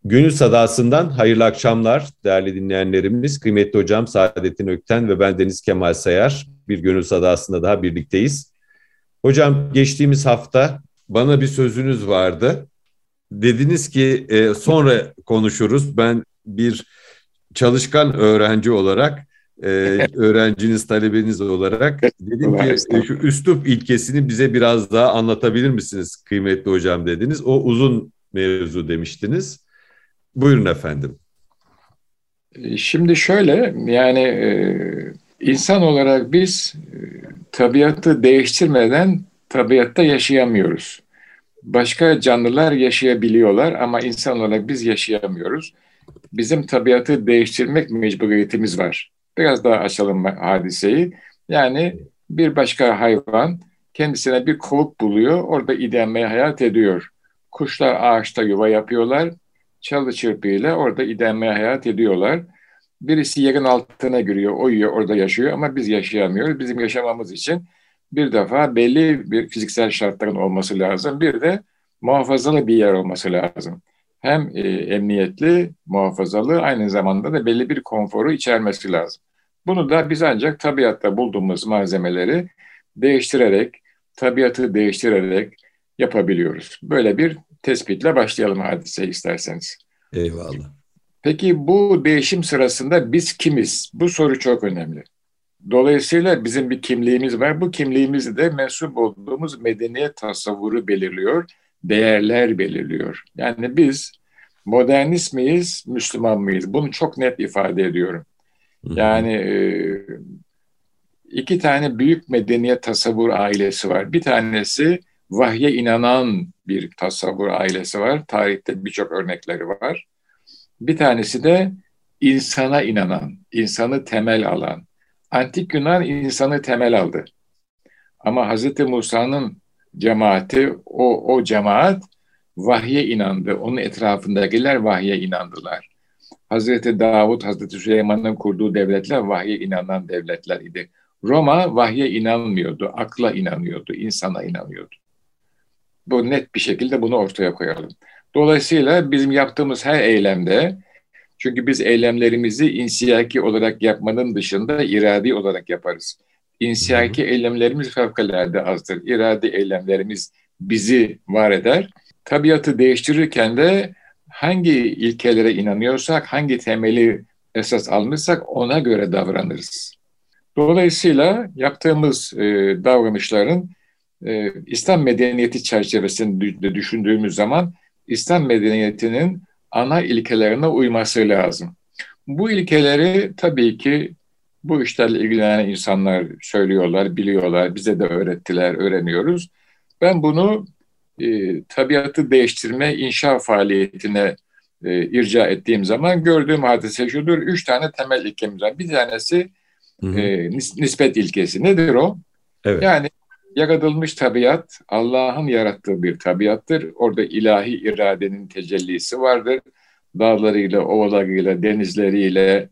Gönül Sadası'ndan hayırlı akşamlar değerli dinleyenlerimiz. Kıymetli hocam Saadettin Ökten ve ben Deniz Kemal Sayar. Bir Gönül Sadası'nda daha birlikteyiz. Hocam geçtiğimiz hafta bana bir sözünüz vardı. Dediniz ki sonra konuşuruz. Ben bir çalışkan öğrenci olarak, e, öğrenciniz, talebeniz olarak dedim Estağfurullah, ki şu estağfurullah. üslup ilkesini bize biraz daha anlatabilir misiniz kıymetli hocam dediniz. O uzun mevzu demiştiniz. Buyurun efendim. Şimdi şöyle yani insan olarak biz tabiatı değiştirmeden tabiatta yaşayamıyoruz. Başka canlılar yaşayabiliyorlar ama insan olarak biz yaşayamıyoruz. Bizim tabiatı değiştirmek mecburiyetimiz var. Biraz daha açalım hadiseyi. Yani bir başka hayvan kendisine bir kovuk buluyor, orada idemeye hayat ediyor. Kuşlar ağaçta yuva yapıyorlar, çalı çırpıyla orada idemeye hayat ediyorlar. Birisi yerin altına giriyor, uyuyor, orada yaşıyor ama biz yaşayamıyoruz. Bizim yaşamamız için bir defa belli bir fiziksel şartların olması lazım. Bir de muhafazalı bir yer olması lazım. Hem emniyetli, muhafazalı, aynı zamanda da belli bir konforu içermesi lazım. Bunu da biz ancak tabiatta bulduğumuz malzemeleri değiştirerek, tabiatı değiştirerek yapabiliyoruz. Böyle bir tespitle başlayalım hadise isterseniz. Eyvallah. Peki bu değişim sırasında biz kimiz? Bu soru çok önemli. Dolayısıyla bizim bir kimliğimiz var. Bu kimliğimizi de mensup olduğumuz medeniyet tasavvuru belirliyor, değerler belirliyor. Yani biz modernist miyiz, Müslüman mıyız? Bunu çok net ifade ediyorum. Hı hı. Yani iki tane büyük medeniyet tasavvur ailesi var. Bir tanesi vahye inanan bir tasavvur ailesi var. Tarihte birçok örnekleri var. Bir tanesi de insana inanan, insanı temel alan. Antik Yunan insanı temel aldı. Ama Hazreti Musa'nın cemaati, o cemaat vahye inandı. Onun etrafındakiler vahye inandılar. Hazreti Davud, Hazreti Süleyman'ın kurduğu devletler vahye inanan devletler idi. Roma vahye inanmıyordu, akla inanıyordu, insana inanıyordu. Bu net bir şekilde bunu ortaya koyalım. Dolayısıyla bizim yaptığımız her eylemde, çünkü biz eylemlerimizi insiyaki olarak yapmanın dışında iradi olarak yaparız. Hı hı. İnsiyaki eylemlerimiz fevkalade azdır. İradi eylemlerimiz bizi var eder. Tabiatı değiştirirken de hangi ilkelere inanıyorsak, hangi temeli esas almışsak ona göre davranırız. Dolayısıyla yaptığımız davranışların İslam medeniyeti çerçevesinde düşündüğümüz zaman İslam medeniyetinin ana ilkelerine uyması lazım. Bu ilkeleri tabii ki bu işlerle ilgilenen insanlar söylüyorlar, biliyorlar, bize de öğrettiler, öğreniyoruz. Ben bunu tabiatı değiştirme, inşa faaliyetine irca ettiğim zaman gördüğüm hadise şudur. Üç tane temel ilkemiz var. Bir tanesi Hı hı. nispet ilkesi. Nedir o? Evet. Yani yaratılmış tabiat Allah'ın yarattığı bir tabiattır. Orada ilahi iradenin tecellisi vardır. Dağlarıyla, ovalarıyla, denizleriyle,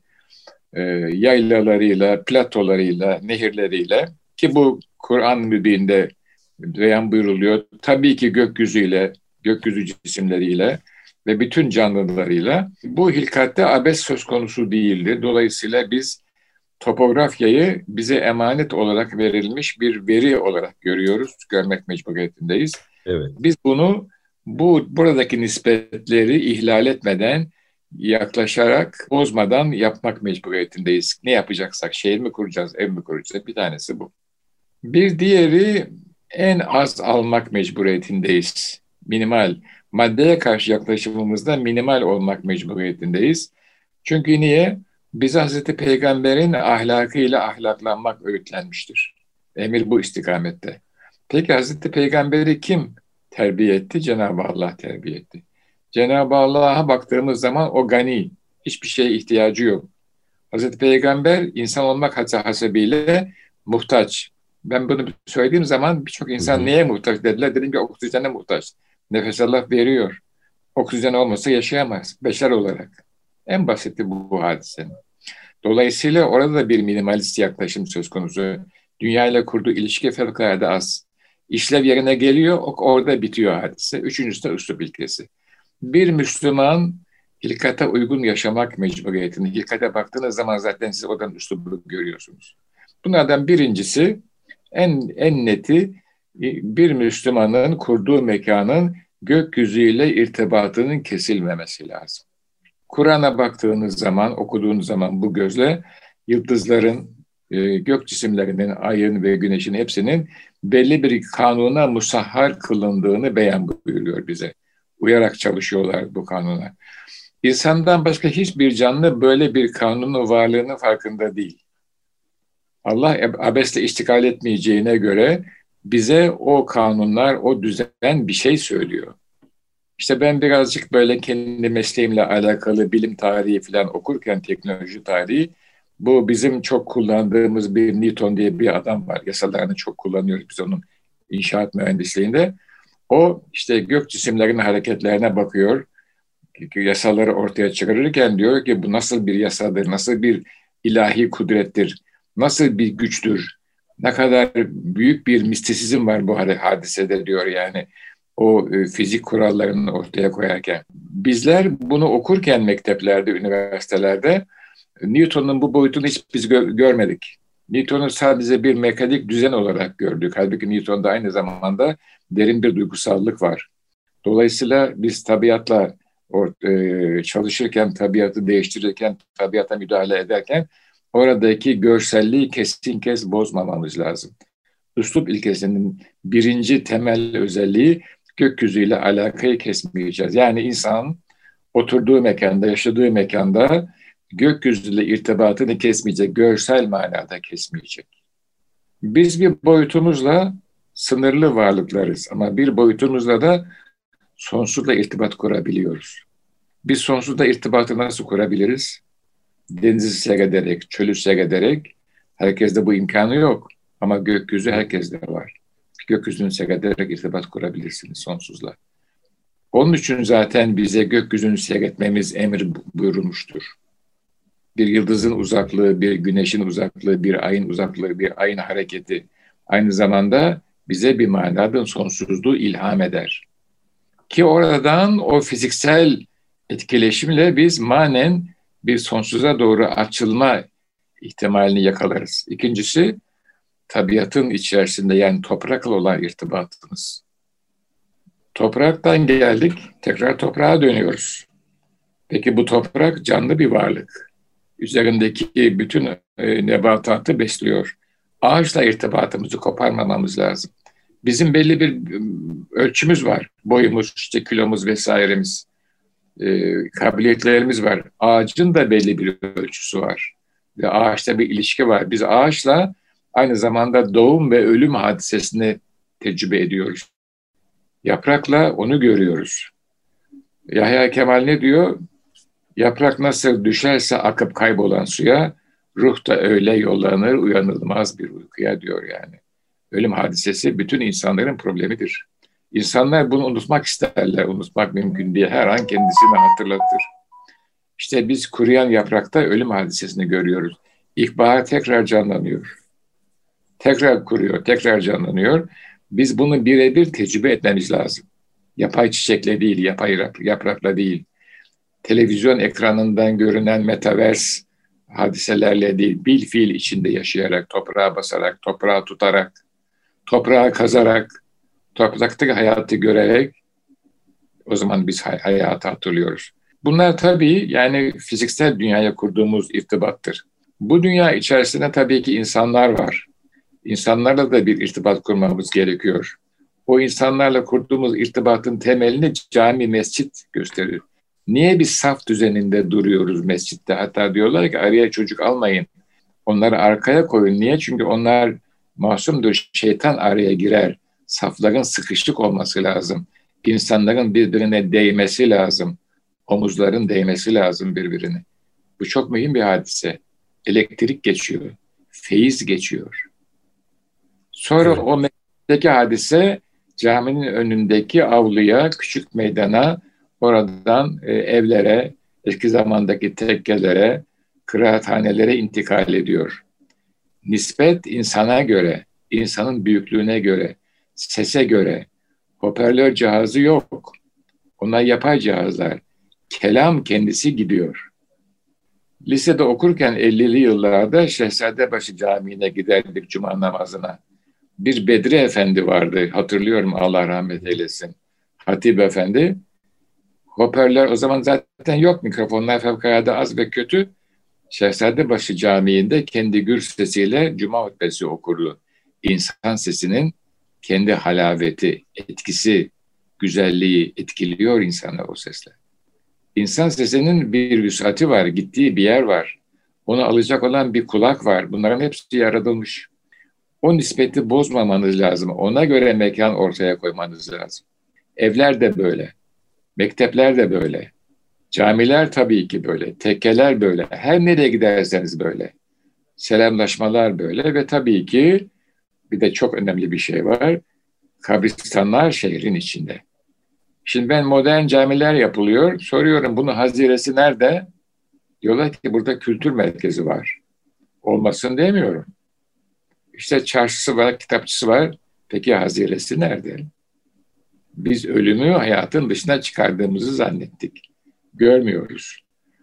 yaylalarıyla, platolarıyla, nehirleriyle, ki bu Kur'an-ı Mübin'de beyan buyuruluyor. Tabii ki gökyüzüyle, gökyüzü cisimleriyle ve bütün canlılarıyla. Bu hilkatte abes söz konusu değildir. Dolayısıyla biz topografyayı bize emanet olarak verilmiş bir veri olarak görüyoruz, görmek mecburiyetindeyiz. Evet. Biz bunu buradaki nispetleri ihlal etmeden, yaklaşarak, bozmadan yapmak mecburiyetindeyiz. Ne yapacaksak, şehir mi kuracağız, ev mi kuracağız? Bir tanesi bu. Bir diğeri en az almak mecburiyetindeyiz. Minimal. Maddeye karşı yaklaşımımızda minimal olmak mecburiyetindeyiz. Çünkü niye? Bize Hazreti Peygamber'in ahlakıyla ahlaklanmak öğütlenmiştir. Emir bu istikamette. Peki Hazreti Peygamber'i kim terbiye etti? Cenab-ı Allah terbiye etti. Cenab-ı Allah'a baktığımız zaman o gani, hiçbir şeye ihtiyacı yok. Hazreti Peygamber insan olmak hasebiyle muhtaç. Ben bunu söylediğim zaman birçok Hı insan hı. neye muhtaç dediler. Dedim ki oksijene muhtaç. Nefes Allah veriyor. Oksijen olmasa yaşayamaz beşer olarak. En basiti bu hadisenin. Dolayısıyla orada da bir minimalist yaklaşım söz konusu. Dünya ile kurduğu ilişki fevkalade az. İşlev yerine geliyor, orada bitiyor hadise. Üçüncüsü de üslup ilkesi. Bir Müslüman hilkate uygun yaşamak mecburiyetini. Hilkate baktığınız zaman zaten siz oradan üslubu görüyorsunuz. Bunlardan birincisi, en neti, bir Müslümanın kurduğu mekanın gökyüzüyle irtibatının kesilmemesi lazım. Kur'an'a baktığınız zaman, okuduğunuz zaman bu gözle yıldızların, gök cisimlerinin, ayın ve güneşin hepsinin belli bir kanuna musahhar kılındığını beyan buyuruyor bize. Uyarak çalışıyorlar bu kanuna. İnsandan başka hiçbir canlı böyle bir kanunun varlığının farkında değil. Allah abesle iştikal etmeyeceğine göre bize o kanunlar, o düzen bir şey söylüyor. İşte ben birazcık böyle kendi mesleğimle alakalı bilim tarihi falan okurken, teknoloji tarihi, bu bizim çok kullandığımız bir Newton diye bir adam var. Yasalarını çok kullanıyoruz biz onun inşaat mühendisliğinde. O işte gök cisimlerinin hareketlerine bakıyor. Yasaları ortaya çıkarırken diyor ki bu nasıl bir yasadır, nasıl bir ilahi kudrettir, nasıl bir güçtür, ne kadar büyük bir mistisizm var bu hadisede diyor yani. O fizik kurallarını ortaya koyarken. Bizler bunu okurken mekteplerde, üniversitelerde Newton'un bu boyutunu hiç biz görmedik. Newton'u sadece bir mekanik düzen olarak gördük. Halbuki Newton'da aynı zamanda derin bir duygusallık var. Dolayısıyla biz tabiatla çalışırken, tabiatı değiştirirken, tabiata müdahale ederken oradaki görselliği kesin kes bozmamamız lazım. Üslup ilkesinin birinci temel özelliği gökyüzüyle alakayı kesmeyeceğiz. Yani insan oturduğu mekanda, yaşadığı mekanda gökyüzüyle irtibatını kesmeyecek, görsel manada kesmeyecek. Biz bir boyutumuzla sınırlı varlıklarız ama bir boyutumuzla da sonsuzla irtibat kurabiliyoruz. Biz sonsuzla irtibatı nasıl kurabiliriz? Denizi seyrederek, çölü seyrederek. Herkeste bu imkanı yok ama gökyüzü herkeste var. Gökyüzünü seyrederek irtibat kurabilirsiniz sonsuzla. Onun için zaten bize gökyüzünü seyretmemiz emir buyurulmuştur. Bir yıldızın uzaklığı, bir güneşin uzaklığı, bir ayın uzaklığı, bir ayın hareketi aynı zamanda bize bir manada sonsuzluğu ilham eder. Ki oradan o fiziksel etkileşimle biz manen bir sonsuza doğru açılma ihtimalini yakalarız. İkincisi, tabiatın içerisinde yani toprakla olan irtibatımız. Topraktan geldik, tekrar toprağa dönüyoruz. Peki bu toprak canlı bir varlık. Üzerindeki bütün nebatatı besliyor. Ağaçla irtibatımızı koparmamamız lazım. Bizim belli bir ölçümüz var. Boyumuz, işte kilomuz vesairemiz, kabiliyetlerimiz var. Ağacın da belli bir ölçüsü var. Ve ağaçta bir ilişki var. Biz ağaçla aynı zamanda doğum ve ölüm hadisesini tecrübe ediyoruz. Yaprakla onu görüyoruz. Yahya Kemal ne diyor? Yaprak nasıl düşerse akıp kaybolan suya, ruh da öyle yollanır uyanılmaz bir uykuya diyor yani. Ölüm hadisesi bütün insanların problemidir. İnsanlar bunu unutmak isterler, unutmak mümkün diye her an kendisini hatırlatır. İşte biz kuruyan yaprakta ölüm hadisesini görüyoruz. İlkbahar tekrar canlanıyor. Tekrar kuruyor, tekrar canlanıyor. Biz bunu birebir tecrübe etmemiz lazım. Yapay çiçekle değil, yapay yaprakla değil. Televizyon ekranından görünen metaverse hadiselerle değil, bilfiil içinde yaşayarak, toprağa basarak, toprağa tutarak, toprağa kazarak, topraktaki hayatı görerek o zaman biz hayatı hatırlıyoruz. Bunlar tabii yani fiziksel dünyaya kurduğumuz irtibattır. Bu dünya içerisinde tabii ki insanlar var. İnsanlarla da bir irtibat kurmamız gerekiyor. O insanlarla kurduğumuz irtibatın temelini cami, mescit gösterir. Niye biz saf düzeninde duruyoruz mescitte? Hatta diyorlar ki araya çocuk almayın. Onları arkaya koyun. Niye? Çünkü onlar masumdur. Şeytan araya girer. Safların sıkışık olması lazım. İnsanların birbirine değmesi lazım. Omuzların değmesi lazım birbirine. Bu çok mühim bir hadise. Elektrik geçiyor. Feyiz geçiyor. Sonra o mescitteki hadise caminin önündeki avluya, küçük meydana, oradan evlere, eski zamandaki tekkelere, kıraathanelere intikal ediyor. Nispet insana göre, insanın büyüklüğüne göre, sese göre, hoparlör cihazı yok. Onlar yapay cihazlar. kelam kendisi gidiyor. Lisede okurken 50'li yıllarda Şehzadebaşı Camii'ne giderdik cuma namazına. Bir Bedri Efendi vardı, hatırlıyorum, Allah rahmet eylesin. Hatip Efendi. Hoparlör o zaman zaten yok, mikrofonlar fevkalade az ve kötü. Şehzadebaşı Camii'nde kendi gür sesiyle cuma hutbesi okurdu. İnsan sesinin kendi halaveti, etkisi, güzelliği etkiliyor insanı o sesle. İnsan sesinin bir vüsati var, gittiği bir yer var. Onu alacak olan bir kulak var. Bunların hepsi yaratılmış. O nispeti bozmamanız lazım. Ona göre mekan ortaya koymanız lazım. Evler de böyle. Mektepler de böyle. Camiler tabii ki böyle. Tekkeler böyle. Her nereye giderseniz böyle. Selamlaşmalar böyle ve tabii ki bir de çok önemli bir şey var. Kabristanlar şehrin içinde. Şimdi ben modern camiler yapılıyor. Soruyorum bunun haziresi nerede? Diyorlar ki burada kültür merkezi var. Olmasın demiyorum. İşte çarşısı var, kitapçısı var. Peki haziresi nerede? Biz ölümü hayatın dışına çıkardığımızı zannettik. Görmüyoruz.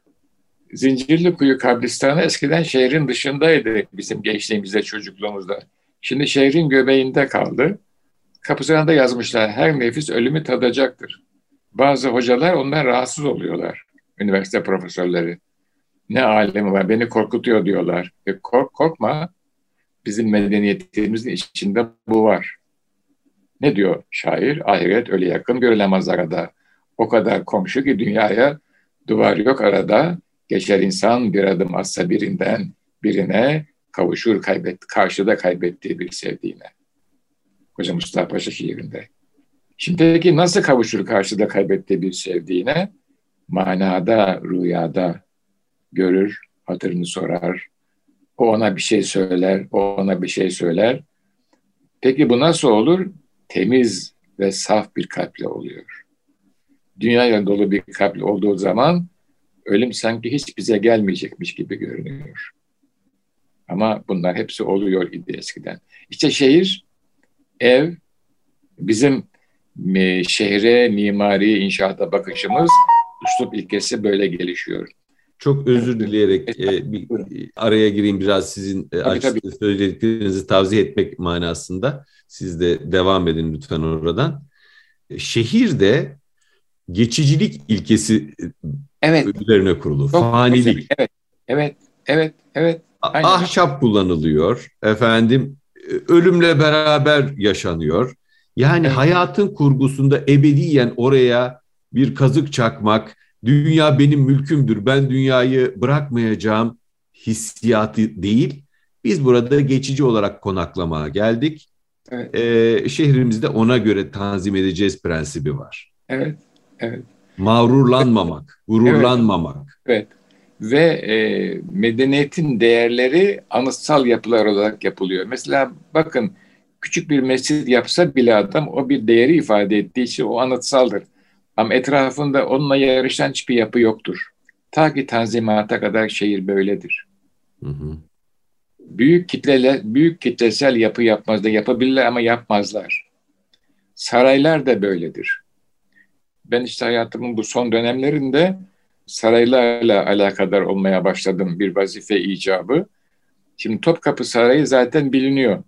Zincirlikuyu kabristanı eskiden şehrin dışındaydı bizim gençliğimizde, çocukluğumuzda. Şimdi şehrin göbeğinde kaldı. Kapısına da yazmışlar, her nefis ölümü tadacaktır. Bazı hocalar ondan rahatsız oluyorlar. Üniversite profesörleri. Ne alemi var, beni korkutuyor diyorlar. Korkma, bizim medeniyetimizin içinde bu var. Ne diyor şair? Ahiret öyle yakın görülemez arada. O kadar komşu ki dünyaya, duvar yok arada. Geçer insan bir adım atsa birinden birine, kavuşur karşıda kaybettiği bir sevdiğine. Koca Mustafa Paşa şiirinde. Şimdi peki nasıl kavuşur karşıda kaybettiği bir sevdiğine? Manada, rüyada görür, hatırını sorar. O ona bir şey söyler, o ona bir şey söyler. Peki bu nasıl olur? Temiz ve saf bir kalple oluyor. Dünyayla dolu bir kalple olduğu zaman ölüm sanki hiç bize gelmeyecekmiş gibi görünüyor. Ama bunlar hepsi oluyor idi eskiden. İşte şehir, ev, bizim şehre, mimari, inşaata bakışımız, üslup ilkesi böyle gelişiyor. Çok özür dileyerek bir araya gireyim, biraz sizin söylediklerinizi tavsiye etmek manasında. Siz de devam edin lütfen oradan. Şehirde geçicilik ilkesi üzerine kurulu. Çok fanilik. Evet. Aynen. Ahşap kullanılıyor. Efendim, ölümle beraber yaşanıyor. Yani hayatın kurgusunda ebediyen oraya bir kazık çakmak, dünya benim mülkümdür, ben dünyayı bırakmayacağım hissiyatı değil. Biz burada geçici olarak konaklamaya geldik. Evet. Şehrimizde ona göre tanzim edeceğiz prensibi var. Evet. Mağrurlanmamak, gururlanmamak. Evet. Ve medeniyetin değerleri anıtsal yapılar olarak yapılıyor. Mesela bakın, küçük bir mescid yapsa bile adam o bir değeri ifade ettiği için o anıtsaldır. Ama etrafında onunla yarışan hiçbir yapı yoktur. Ta ki Tanzimat'a kadar şehir böyledir. Hı. Büyük kitlesel yapı yapmazlar, yapabilirler ama yapmazlar. Saraylar da böyledir. Ben işte hayatımın bu son dönemlerinde saraylarla alakadar olmaya başladım, bir vazife icabı. Şimdi Topkapı Sarayı zaten biliniyor.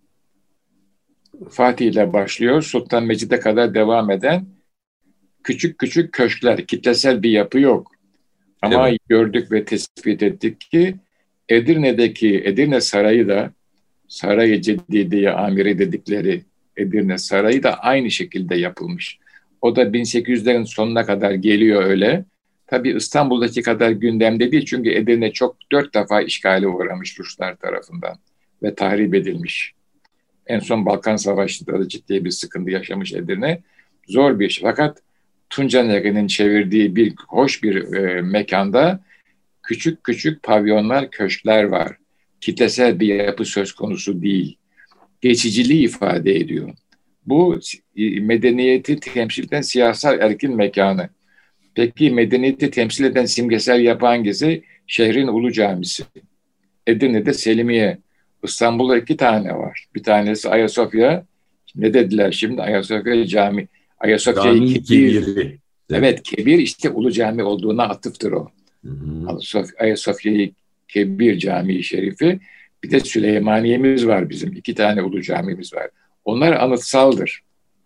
Fatih ile başlıyor, Sultan Mecid'e kadar devam eden küçük küçük köşkler, kitlesel bir yapı yok. Ama evet, gördük ve tespit ettik ki Edirne'deki Edirne Sarayı da, Saray-ı Ceddidiye Amiri dedikleri Edirne Sarayı da aynı şekilde yapılmış. O da 1800'lerin sonuna kadar geliyor öyle. Tabii İstanbul'daki kadar gündemde değil, çünkü Edirne 4 defa işgale uğramış Ruslar tarafından ve tahrip edilmiş. En son Balkan Savaşı'nda da ciddi bir sıkıntı yaşamış Edirne. Zor bir iş. Fakat Tunca Nehri'nin çevirdiği bir hoş bir mekanda küçük küçük pavyonlar, köşkler var. Kitlesel bir yapı söz konusu değil. Geçiciliği ifade ediyor. Bu medeniyeti temsil eden siyasal erkin mekanı. Peki medeniyeti temsil eden simgesel yapı hangisi? Şehrin Ulu Camisi. Edirne'de Selimiye. İstanbul'da 2 tane var. Bir tanesi Ayasofya. Ne dediler şimdi? Ayasofya Cami. Ayasofya'yı Evet, Kebir işte Ulu Cami olduğuna atıftır o. Hı hı. Ayasofya-i Kebir Camii Şerifi. Bir de Süleymaniye'miz var bizim. 2 tane Ulu Camimiz var. Onlar anıtsaldır.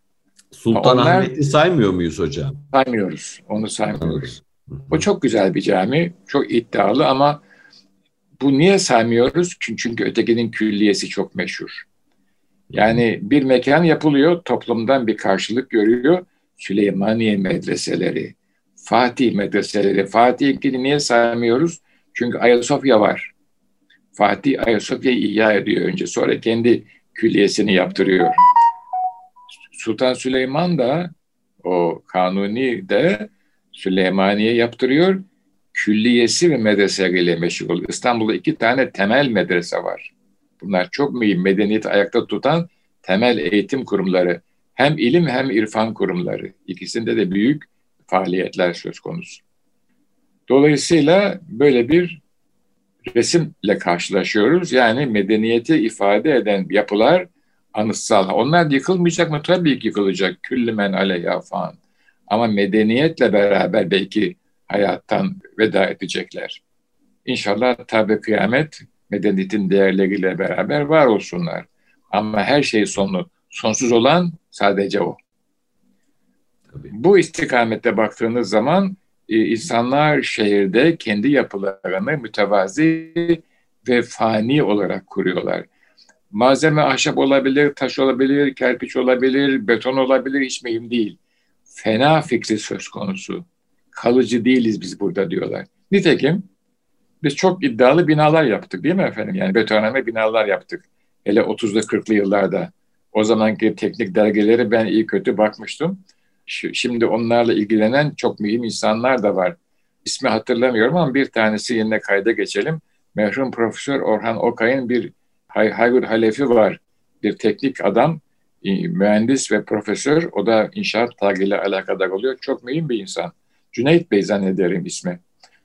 Onlar Sultanahmet'i saymıyor muyuz hocam? saymıyoruz. Onu Anladım. saymıyoruz. Hı O hı. çok güzel bir cami. Çok iddialı ama bu niye saymıyoruz? Çünkü ötekinin külliyesi çok meşhur. Hı hı. Yani bir mekan yapılıyor, toplumdan bir karşılık görüyor. Süleymaniye medreseleri, Fatih medreseleri. Fatih'i niye saymıyoruz? Çünkü Ayasofya var. Fatih Ayasofya'yı ihya ediyor önce. Sonra kendi külliyesini yaptırıyor. Sultan Süleyman da o Kanuni de Süleymaniye yaptırıyor. Külliyesi ve medreseyle meşgul. İstanbul'da 2 tane temel medrese var. Bunlar çok mühim. Medeniyeti ayakta tutan temel eğitim kurumları. Hem ilim hem irfan kurumları. İkisinde de büyük faaliyetler söz konusu. Dolayısıyla böyle bir resimle karşılaşıyoruz. Yani medeniyeti ifade eden yapılar anıtsal. Onlar yıkılmayacak mı? Tabii ki yıkılacak. Küllü men aleyha fan. Ama medeniyetle beraber belki hayattan veda edecekler. İnşallah tabi kıyamet medeniyetin değerleriyle beraber var olsunlar. Ama her şey sonu, sonsuz olan sadece o. Tabii. Bu istikamette baktığınız zaman insanlar şehirde kendi yapılarını mütevazi ve fani olarak kuruyorlar. Malzeme ahşap olabilir, taş olabilir, kerpiç olabilir, beton olabilir, hiç mühim değil. Fena fikri söz konusu. Kalıcı değiliz biz burada diyorlar. Nitekim biz çok iddialı binalar yaptık değil mi efendim? Yani betonarme binalar yaptık. Hele 30'lu 40'lı yıllarda. O zamanki teknik dergileri ben iyi kötü bakmıştım. Şimdi onlarla ilgilenen çok mühim insanlar da var. İsmi hatırlamıyorum ama bir tanesi yine kayda geçelim. Merhum Profesör Orhan Okay'ın bir Haygur Halefi var. Bir teknik adam, mühendis ve profesör. O da inşaat tarihiyle alakadar oluyor. Çok mühim bir insan. Cüneyt Bey zannederim ismi.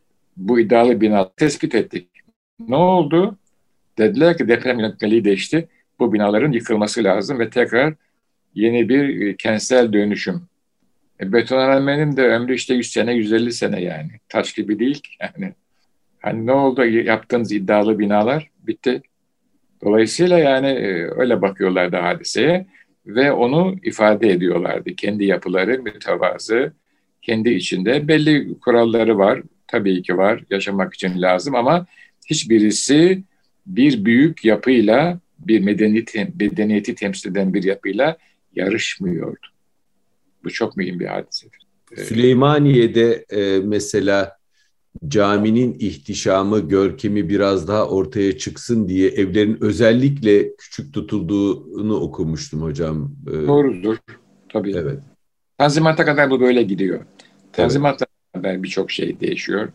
Bu iddialı bina tespit ettik. Ne oldu? Dediler ki deprem yönetmeliği değişti. Bu binaların yıkılması lazım ve tekrar yeni bir kentsel dönüşüm. Betonarmenin de ömrü işte 100 sene, 150 sene yani. Taş gibi değil ki yani. Hani ne oldu yaptığınız iddialı binalar? Bitti. Dolayısıyla yani öyle bakıyorlardı hadiseye ve onu ifade ediyorlardı. Kendi yapıları mütevazı, kendi içinde belli kuralları var. Tabii ki var, yaşamak için lazım ama hiçbirisi bir büyük yapıyla, bir medeniyeti temsil eden bir yapıyla yarışmıyordu. Bu çok mühim bir hadisedir. Süleymaniye'de mesela caminin ihtişamı, görkemi biraz daha ortaya çıksın diye evlerin özellikle küçük tutulduğunu okumuştum hocam. Doğrudur, tabii. Evet, Tanzimat'a kadar bu böyle gidiyor. evet. Tanzimat'la beraber birçok şey değişiyor.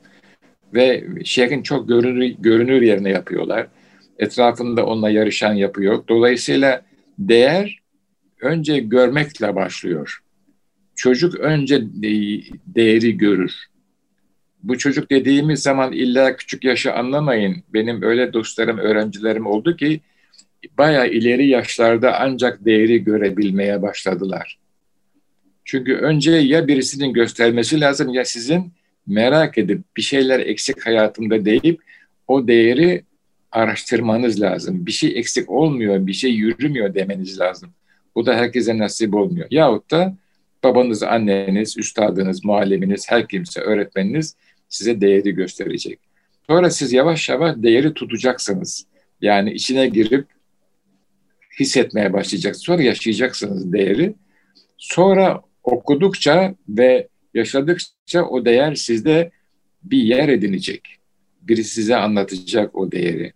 Ve şehrin çok görünür yerine yapıyorlar. Etrafında onunla yarışan yapı yok. Dolayısıyla değer önce görmekle başlıyor. Çocuk önce değeri görür. Bu çocuk dediğimiz zaman illa küçük yaşı anlamayın. Benim öyle dostlarım, öğrencilerim oldu ki bayağı ileri yaşlarda ancak değeri görebilmeye başladılar. Çünkü önce ya birisinin göstermesi lazım ya sizin merak edip bir şeyler eksik hayatımda deyip o değeri araştırmanız lazım. Bir şey eksik olmuyor, bir şey yürümüyor demeniz lazım. Bu da herkese nasip olmuyor. Yahut da babanız, anneniz, üstadınız, mualliminiz, her kimse, öğretmeniniz size değeri gösterecek. Sonra siz yavaş yavaş değeri tutacaksınız. Yani içine girip hissetmeye başlayacaksınız. Sonra yaşayacaksınız değeri. Sonra okudukça ve yaşadıkça o değer sizde bir yer edinecek. Biri size anlatacak o değeri.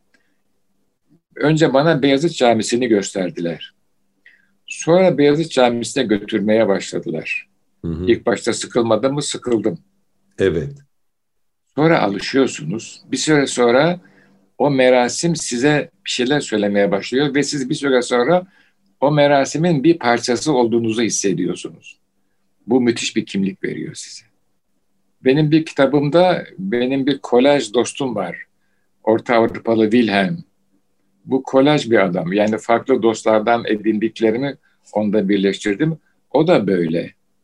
Önce bana Beyazıt Camisi'ni gösterdiler. Sonra Beyazıt Camisi'ne götürmeye başladılar. Hı hı. İlk başta sıkılmadım mı? Sıkıldım. Evet. Sonra alışıyorsunuz. Bir süre sonra o merasim size bir şeyler söylemeye başlıyor ve siz bir süre sonra o merasimin bir parçası olduğunuzu hissediyorsunuz. Bu müthiş bir kimlik veriyor size. Benim bir kitabımda benim bir kolaj dostum var. Orta Avrupalı Wilhelm. Bu kolaj bir adam. Yani farklı dostlardan edindiklerimi onda birleştirdim. O da böyle.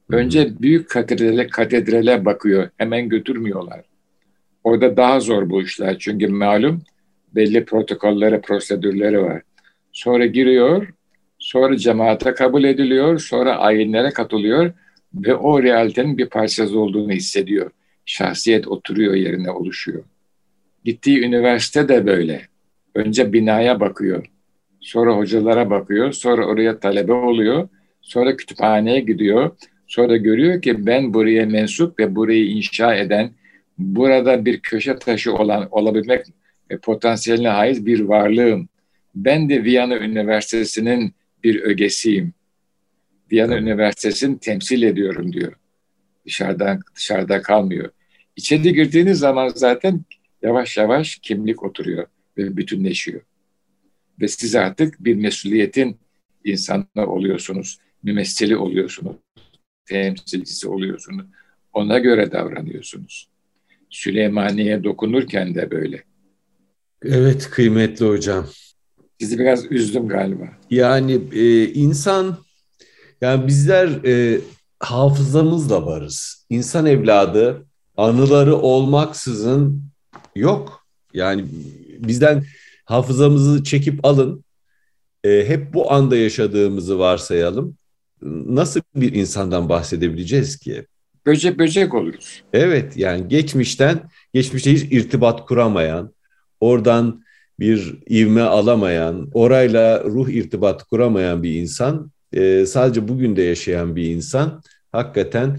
Hı hı. Önce büyük katedrale bakıyor. Hemen götürmüyorlar. Orada daha zor bu işler. Çünkü malum belli protokolleri, prosedürleri var. Sonra giriyor, sonra cemaate kabul ediliyor, sonra ayinlere katılıyor ve o realitenin bir parçası olduğunu hissediyor. Şahsiyet oturuyor yerine, oluşuyor. Gittiği üniversite de böyle. Önce binaya bakıyor, sonra hocalara bakıyor, sonra oraya talebe oluyor, sonra kütüphaneye gidiyor, sonra görüyor ki ben buraya mensup ve burayı inşa eden, burada bir köşe taşı olabilmek potansiyeline haiz bir varlığım. Ben de Viyana Üniversitesi'nin bir ögesiyim. Viyana Tabii. Üniversitesi'ni temsil ediyorum diyor. Dışarıda kalmıyor. İçeri girdiğiniz zaman zaten yavaş yavaş kimlik oturuyor ve bütünleşiyor. Ve siz artık bir mesuliyetin insanı oluyorsunuz, mümessili oluyorsunuz, temsilcisi oluyorsunuz. Ona göre davranıyorsunuz. Süleymaniye dokunurken de böyle. Evet kıymetli hocam. Sizi biraz üzdüm galiba. Yani insan, yani bizler hafızamızla varız. İnsan evladı anıları olmaksızın yok. Yani bizden hafızamızı çekip alın. Hep bu anda yaşadığımızı varsayalım. Nasıl bir insandan bahsedebileceğiz ki? Böcek böcek oluruz. Evet, yani geçmişte hiç irtibat kuramayan, oradan bir ivme alamayan, orayla ruh irtibatı kuramayan bir insan, sadece bugün de yaşayan bir insan hakikaten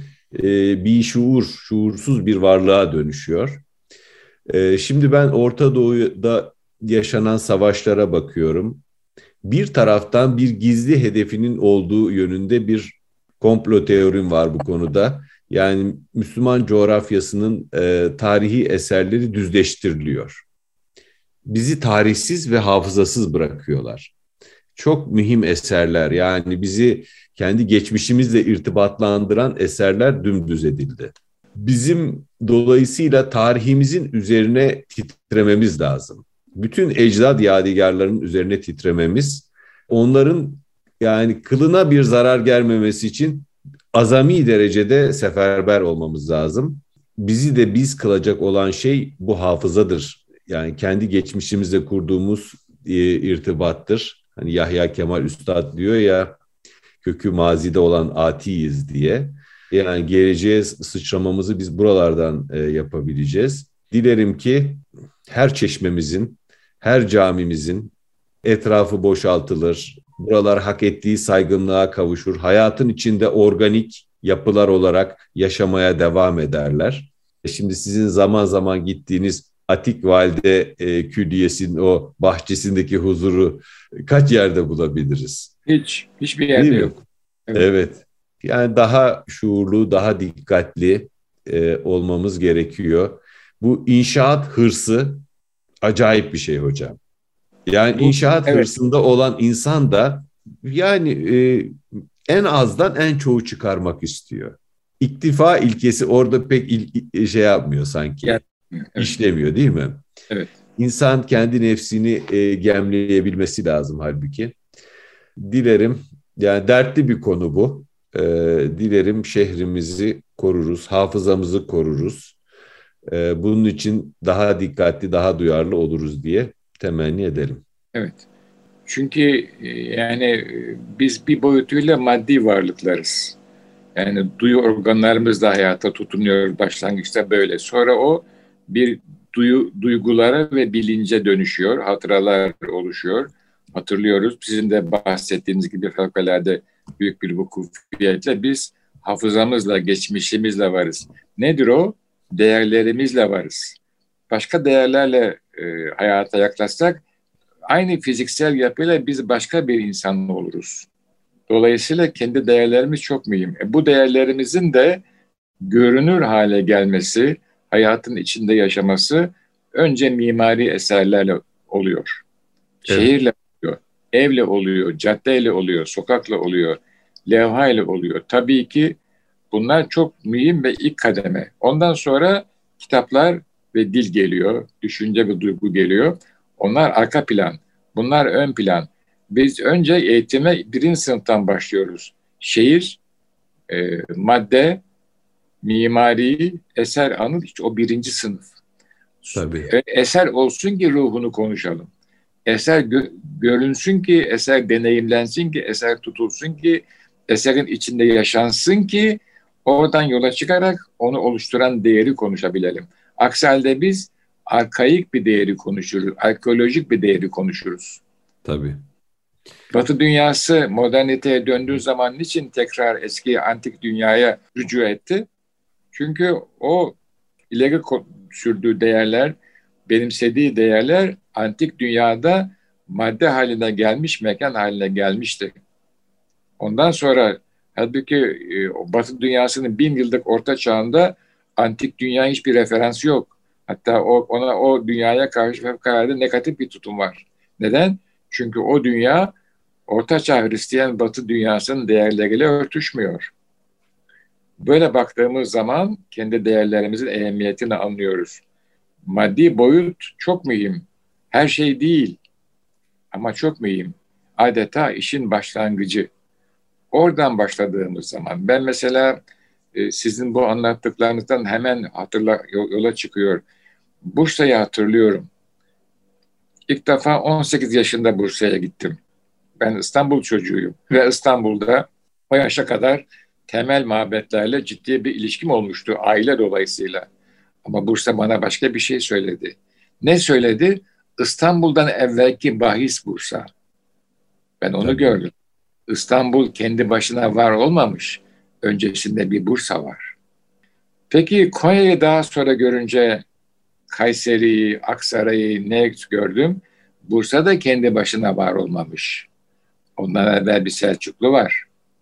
şuursuz bir varlığa dönüşüyor. Şimdi ben Orta Doğu'da yaşanan savaşlara bakıyorum. Bir taraftan bir gizli hedefinin olduğu yönünde bir komplo teorim var bu konuda. Yani Müslüman coğrafyasının tarihi eserleri düzleştiriliyor. Bizi tarihsiz ve hafızasız bırakıyorlar. Çok mühim eserler, yani bizi kendi geçmişimizle irtibatlandıran eserler dümdüz edildi. Bizim dolayısıyla tarihimizin üzerine titrememiz lazım. Bütün ecdad yadigarlarının üzerine titrememiz, onların yani kılına bir zarar gelmemesi için azami derecede seferber olmamız lazım. Bizi de biz kılacak olan şey bu hafızadır. Yani kendi geçmişimizle kurduğumuz irtibattır. Hani Yahya Kemal Üstad diyor ya, kökü mazide olan atiyiz diye. Yani geleceğe sıçramamızı biz buralardan yapabileceğiz. Dilerim ki her çeşmemizin, her camimizin etrafı boşaltılır. Buralar hak ettiği saygınlığa kavuşur. Hayatın içinde organik yapılar olarak yaşamaya devam ederler. Şimdi sizin zaman zaman gittiğiniz Atik Valide Külliyesi'nin o bahçesindeki huzuru kaç yerde bulabiliriz? Hiçbir Değil yerde mi? yok. Evet. Evet. Yani daha şuurlu, daha dikkatli olmamız gerekiyor. Bu inşaat hırsı acayip bir şey hocam. Yani Bu inşaat evet. hırsında olan insan da yani en azdan en çoğu çıkarmak istiyor. İktifa ilkesi orada pek şey yapmıyor sanki. Yani, evet. İşlemiyor değil mi? Evet. İnsan kendi nefsini gemleyebilmesi lazım halbuki. Dilerim, yani dertli bir konu bu. Dilerim şehrimizi koruruz, hafızamızı koruruz. Bunun için daha dikkatli, daha duyarlı oluruz diye temenni edelim. Evet. Çünkü yani biz bir boyutuyla maddi varlıklarız. Yani duyu organlarımızla hayata tutunuyoruz başlangıçta böyle. Sonra o bir duygulara ve bilince dönüşüyor. Hatıralar oluşuyor. Hatırlıyoruz. Sizin de bahsettiğiniz gibi fevkalade büyük bir vukufiyetle biz hafızamızla, geçmişimizle varız. Nedir o? Değerlerimizle varız. Başka değerlerle hayata yaklaşsak aynı fiziksel yapıyla biz başka bir insan oluruz. Dolayısıyla kendi değerlerimiz çok mühim. Bu değerlerimizin de görünür hale gelmesi, hayatın içinde yaşaması önce mimari eserlerle oluyor. Evet. Şehirle oluyor, evle oluyor, caddeyle oluyor, sokakla oluyor, levhayla oluyor. Tabii ki bunlar çok mühim ve ilk kademe. Ondan sonra kitaplar ve dil geliyor, düşünce ve duygu geliyor. Onlar arka plan, bunlar ön plan. Biz önce eğitime birinci sınıftan başlıyoruz. Şehir, Madde, mimari, eser, anıt, hiç o birinci sınıf. Tabii. Eser olsun ki ruhunu konuşalım. Eser görünsün ki, eser deneyimlensin ki, eser tutulsun ki, eserin içinde yaşansın ki, oradan yola çıkarak onu oluşturan değeri konuşabilelim. Aksi halde biz arkaik bir değeri konuşuruz, arkeolojik bir değeri konuşuruz. Tabii. Batı dünyası moderniteye döndüğü zaman niçin tekrar eski antik dünyaya rücu etti? Çünkü o ileri sürdüğü değerler, benimsediği değerler antik dünyada madde haline gelmiş, mekan haline gelmişti. Ondan sonra halbuki Batı dünyasının 1000 yıllık orta çağında antik dünya hiçbir referansı yok. Hatta o dünyaya karşı fevkalade negatif bir tutum var. Neden? Çünkü o dünya Ortaçağ Hristiyan Batı dünyasının değerleriyle örtüşmüyor. Böyle baktığımız zaman kendi değerlerimizin ehemmiyetini anlıyoruz. Maddi boyut çok mühim. Her şey değil ama çok mühim. Adeta işin başlangıcı. Oradan başladığımız zaman ben mesela sizin bu anlattıklarınızdan hemen yola çıkıyor. Bursa'yı hatırlıyorum. İlk defa 18 yaşında Bursa'ya gittim. Ben İstanbul çocuğuyum ve İstanbul'da o yaşa kadar temel mabetlerle ciddi bir ilişkim olmuştu aile dolayısıyla. Ama Bursa bana başka bir şey söyledi. Ne söyledi? İstanbul'dan evvelki bahis Bursa. Ben onu Tabii. gördüm. İstanbul kendi başına var olmamış. Öncesinde bir Bursa var. Peki Konya'yı daha sonra görünce Kayseri'yi, Aksaray'ı ne gördüm? Bursa da kendi başına var olmamış. Ondan evvel bir Selçuklu var.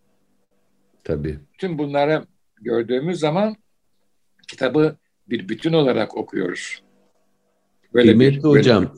Tabii. Bütün bunları gördüğümüz zaman kitabı bir bütün olarak okuyoruz. Kıymetli hocam,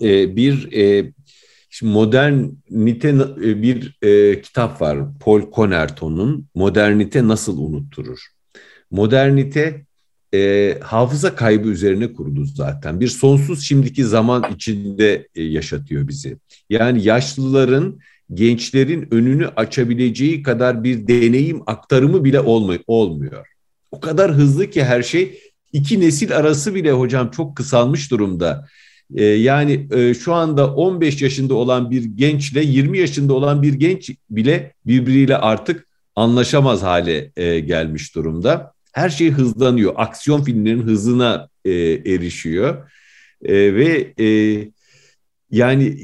şimdi modernite bir kitap var. Paul Connerton'un Modernite Nasıl Unutturur? Modernite hafıza kaybı üzerine kurulu zaten. Bir sonsuz şimdiki zaman içinde yaşatıyor bizi. Yani yaşlıların, gençlerin önünü açabileceği kadar bir deneyim aktarımı bile olmuyor. O kadar hızlı ki her şey, iki nesil arası bile hocam çok kısalmış durumda. Yani şu anda 15 yaşında olan bir gençle 20 yaşında olan bir genç bile birbiriyle artık anlaşamaz hale gelmiş durumda. Her şey hızlanıyor. Aksiyon filmlerinin hızına erişiyor. Ve yani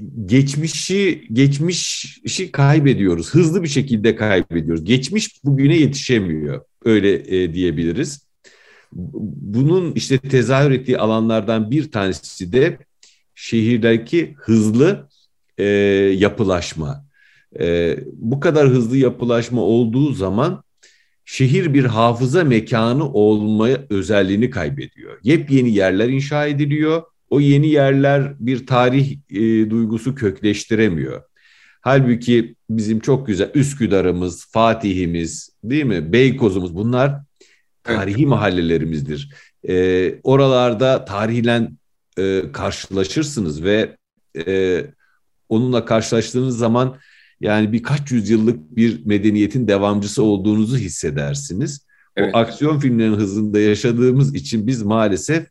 geçmişi kaybediyoruz. Hızlı bir şekilde kaybediyoruz. Geçmiş bugüne yetişemiyor. Öyle diyebiliriz. Bunun işte tezahür ettiği alanlardan bir tanesi de şehirlerdeki hızlı yapılaşma. Bu kadar hızlı yapılaşma olduğu zaman şehir bir hafıza mekanı olma özelliğini kaybediyor. Yepyeni yerler inşa ediliyor. O yeni yerler bir tarih duygusu kökleştiremiyor. Halbuki bizim çok güzel Üsküdar'ımız, Fatih'imiz, değil mi? Beykoz'umuz, bunlar tarihi mahallelerimizdir. Oralarda tarihle karşılaşırsınız ve onunla karşılaştığınız zaman yani birkaç yüzyıllık bir medeniyetin devamcısı olduğunuzu hissedersiniz. Evet. O aksiyon filmlerinin hızında yaşadığımız için biz maalesef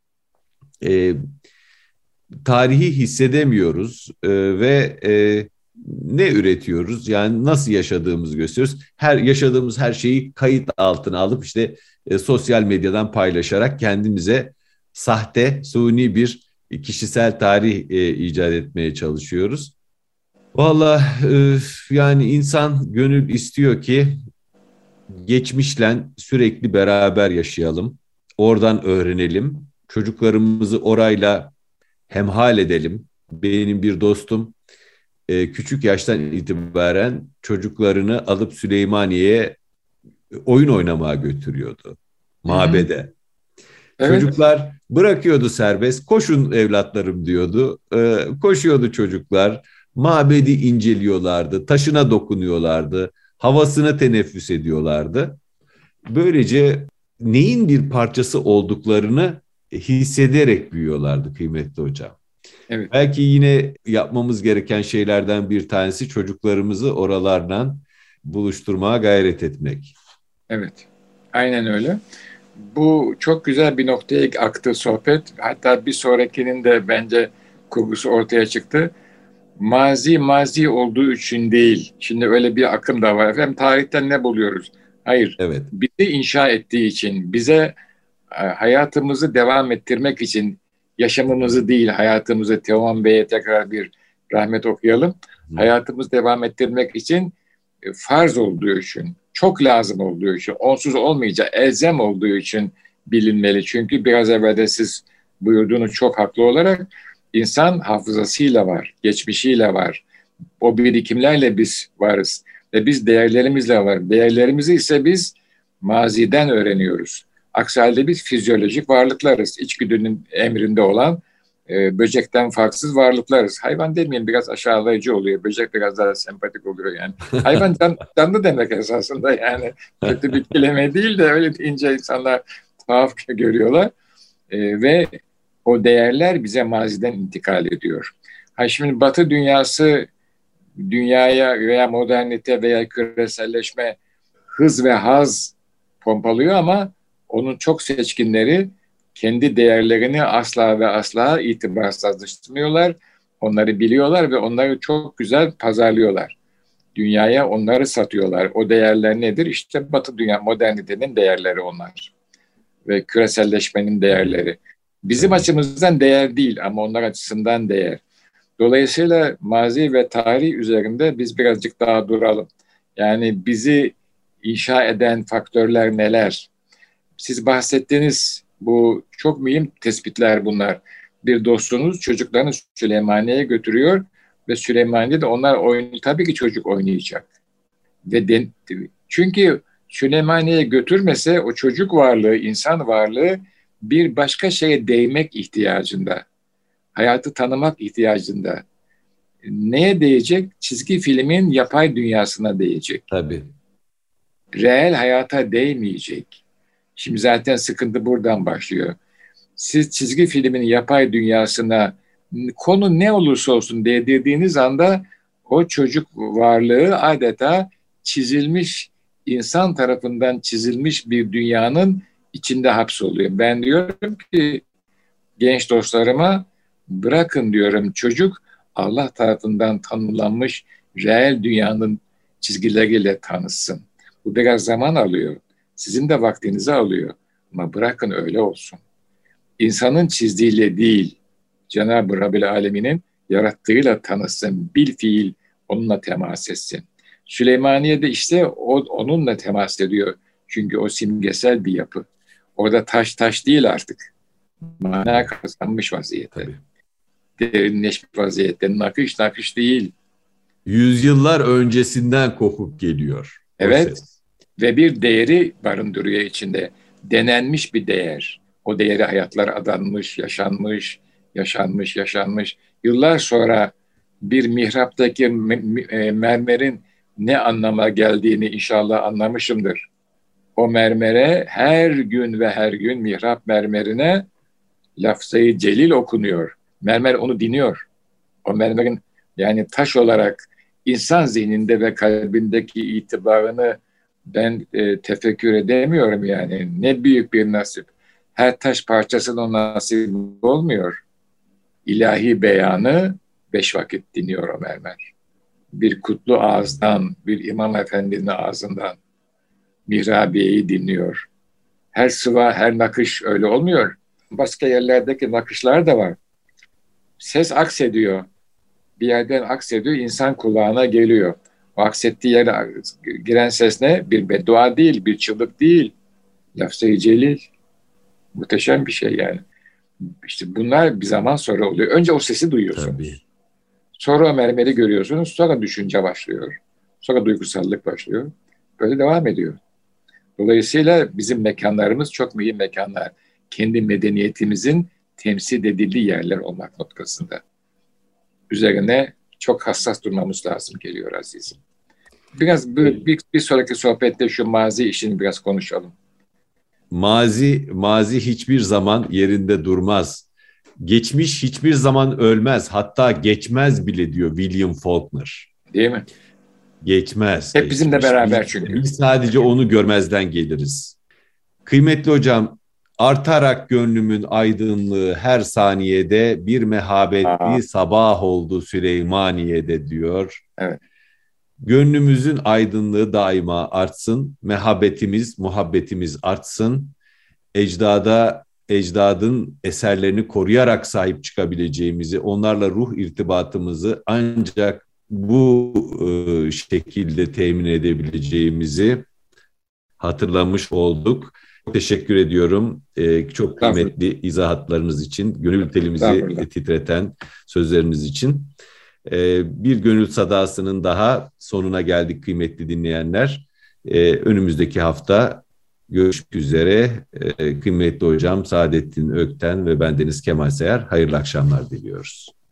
tarihi hissedemiyoruz ve ne üretiyoruz? Yani nasıl yaşadığımızı gösteriyoruz. Yaşadığımız her şeyi kayıt altına alıp işte sosyal medyadan paylaşarak kendimize sahte, suni bir kişisel tarih icat etmeye çalışıyoruz. Vallahi yani insan gönül istiyor ki geçmişle sürekli beraber yaşayalım. Oradan öğrenelim. Çocuklarımızı orayla hemhal edelim. Benim bir dostum küçük yaştan itibaren çocuklarını alıp Süleymaniye'ye oyun oynamaya götürüyordu. Mabede. Evet. Çocuklar bırakıyordu serbest. Koşun evlatlarım diyordu. Koşuyordu çocuklar. Mabedi inceliyorlardı. Taşına dokunuyorlardı. Havasını teneffüs ediyorlardı. Böylece neyin bir parçası olduklarını hissederek büyüyorlardı kıymetli hocam. Evet. Belki yine yapmamız gereken şeylerden bir tanesi çocuklarımızı oralardan buluşturmaya gayret etmek. Evet, aynen öyle. Bu çok güzel bir noktaya aktı sohbet. Hatta bir sonrakinin de bence kurgusu ortaya çıktı. Mazi mazi olduğu için değil. Şimdi öyle bir akım da var. Efendim tarihten ne buluyoruz? Hayır. Evet. Bizi inşa ettiği için, bize hayatımızı devam ettirmek için, yaşamımızı değil hayatımızı, Teoman Bey'e tekrar bir rahmet okuyalım. Hı. Hayatımızı devam ettirmek için farz olduğu için, çok lazım olduğu için, onsuz olmayacak, elzem olduğu için bilinmeli. Çünkü biraz evvel de siz buyurduğunuz çok haklı olarak insan hafızasıyla var, geçmişiyle var. O birikimlerle biz varız ve biz değerlerimizle var. Değerlerimizi ise biz maziden öğreniyoruz. Aksi halde biz fizyolojik varlıklarız. İçgüdünün emrinde olan böcekten farksız varlıklarız. Hayvan demeyelim, biraz aşağılayıcı oluyor. Böcek biraz daha sempatik oluyor yani. Hayvan canlı demek esasında, yani kötü bir kelime değil de öyle deyince insanlar tuhaf görüyorlar. Ve o değerler bize maziden intikal ediyor. Ha şimdi Batı dünyası dünyaya veya modernite veya küreselleşme hız ve haz pompalıyor ama onun çok seçkinleri kendi değerlerini asla ve asla itibarsızlaştırmıyorlar. Onları biliyorlar ve onları çok güzel pazarlıyorlar. Dünyaya onları satıyorlar. O değerler nedir? İşte Batı dünya modernitenin değerleri onlar ve küreselleşmenin değerleri. Bizim Evet. açımızdan değer değil ama onlar açısından değer. Dolayısıyla mazi ve tarih üzerinde biz birazcık daha duralım. Yani bizi inşa eden faktörler neler? Siz bahsettiğiniz bu çok mühim tespitler bunlar. Bir dostunuz çocuklarını Süleymaniye'ye götürüyor ve Süleymaniye'de onlar tabii ki çocuk oynayacak. Çünkü Süleymaniye'ye götürmese o çocuk varlığı, insan varlığı bir başka şeye değmek ihtiyacında, hayatı tanımak ihtiyacında. Neye değecek? Çizgi filmin yapay dünyasına değecek. Tabii. Reel hayata değmeyecek. Şimdi zaten sıkıntı buradan başlıyor. Siz çizgi filmin yapay dünyasına konu ne olursa olsun değdirdiğiniz anda o çocuk varlığı adeta çizilmiş, insan tarafından çizilmiş bir dünyanın içinde hapsoluyor. Ben diyorum ki genç dostlarıma, bırakın diyorum, çocuk Allah tarafından tanımlanmış reel dünyanın çizgileriyle tanışsın. Bu biraz zaman alıyor. Sizin de vaktinizi alıyor. Ama bırakın öyle olsun. İnsanın çizdiğiyle değil, Cenab-ı Rabbil Alemin'in yarattığıyla tanışsın, bil fiil onunla temas etsin. Süleymaniye'de işte onunla temas ediyor. Çünkü o simgesel bir yapı. Orada taş taş değil artık. Mana kazanmış vaziyette. Tabii. Derinleşmiş vaziyette. Nakış nakış değil. Yüzyıllar öncesinden kopup geliyor o Evet. ses. Ve bir değeri barındırıyor içinde. Denenmiş bir değer. O değeri hayatlar adanmış, yaşanmış, yaşanmış, yaşanmış. Yıllar sonra bir mihraptaki mermerin ne anlama geldiğini inşallah anlamışımdır. O mermere her gün ve her gün mihrap mermerine lafzayı celil okunuyor. Mermer onu dinliyor. O mermerin yani taş olarak insan zihninde ve kalbindeki itibarını ben tefekkür edemiyorum yani. Ne büyük bir nasip. Her taş parçasının nasip olmuyor. İlahi beyanı 5 vakit dinliyor o mermer. Bir kutlu ağızdan, bir imam efendinin ağzından mihrabiyeyi dinliyor. Her sıva, her nakış öyle olmuyor. Başka yerlerdeki nakışlar da var. Ses aksediyor. Bir yerden aksediyor, insan kulağına geliyor. O aksettiği yere giren ses ne? Bir beddua değil, bir çığlık değil. Lafz-ı celil. Muhteşem bir şey yani. İşte bunlar bir zaman sonra oluyor. Önce o sesi duyuyorsunuz. Tabii. Sonra o mermeri görüyorsunuz. Sonra düşünce başlıyor. Sonra duygusallık başlıyor. Böyle devam ediyor. Dolayısıyla bizim mekanlarımız çok mühim mekanlar. Kendi medeniyetimizin temsil edildiği yerler olmak noktasında. Üzerine çok hassas durmamız lazım geliyor azizim. Biraz bir sonraki sohbette şu mazi işini biraz konuşalım. Mazi hiçbir zaman yerinde durmaz. Geçmiş hiçbir zaman ölmez, hatta geçmez bile diyor William Faulkner. Değil mi? Geçmez. Hep bizimle Geçmiş. beraber çünkü. Biz sadece onu görmezden geliriz. Kıymetli hocam, artarak gönlümün aydınlığı her saniyede bir mehabetli sabah oldu Süleymaniye'de diyor. Evet. Gönlümüzün aydınlığı daima artsın, mehabetimiz, muhabbetimiz artsın. Ecdadın eserlerini koruyarak sahip çıkabileceğimizi, onlarla ruh irtibatımızı ancak bu şekilde temin edebileceğimizi hatırlamış olduk. Teşekkür ediyorum. Çok kıymetli izahatlarınız için, gönül telimizi titreten sözleriniz için. Bir gönül sadasının daha sonuna geldik kıymetli dinleyenler. Önümüzdeki hafta görüşmek üzere. Kıymetli hocam Saadettin Ökten ve bendeniz Kemal Sayar. Hayırlı akşamlar diliyoruz.